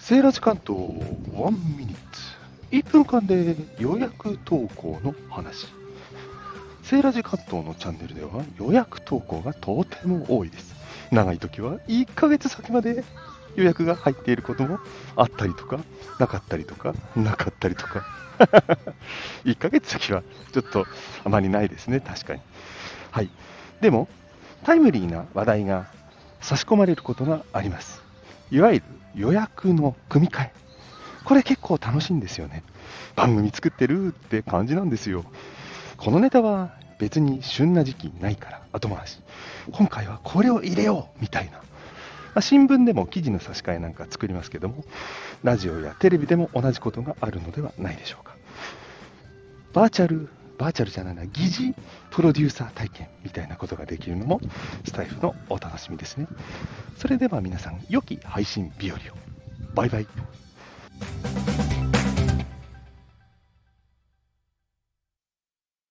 セーラジ関東1ミニッツ1分間で予約投稿の話。セーラジ関東のチャンネルでは予約投稿がとても多いです。長い時は1ヶ月先まで予約が入っていることもあったりとか、なかったりとか、なかったりとか。1ヶ月先はちょっとあまりないですね、確かに。はい。でも、タイムリーな話題が差し込まれることがあります。いわゆる予約の組み替え。これ結構楽しいんですよね。番組作ってるって感じなんですよ。このネタは別に旬な時期ないから後回し。今回はこれを入れようみたいな。新聞でも記事の差し替えなんか作りますけども、ラジオやテレビでも同じことがあるのではないでしょうか。バーチャルじゃないな、疑似プロデューサー体験みたいなことができるのもスタイフのお楽しみですね。それでは皆さん、良き配信日和を。バイバイ。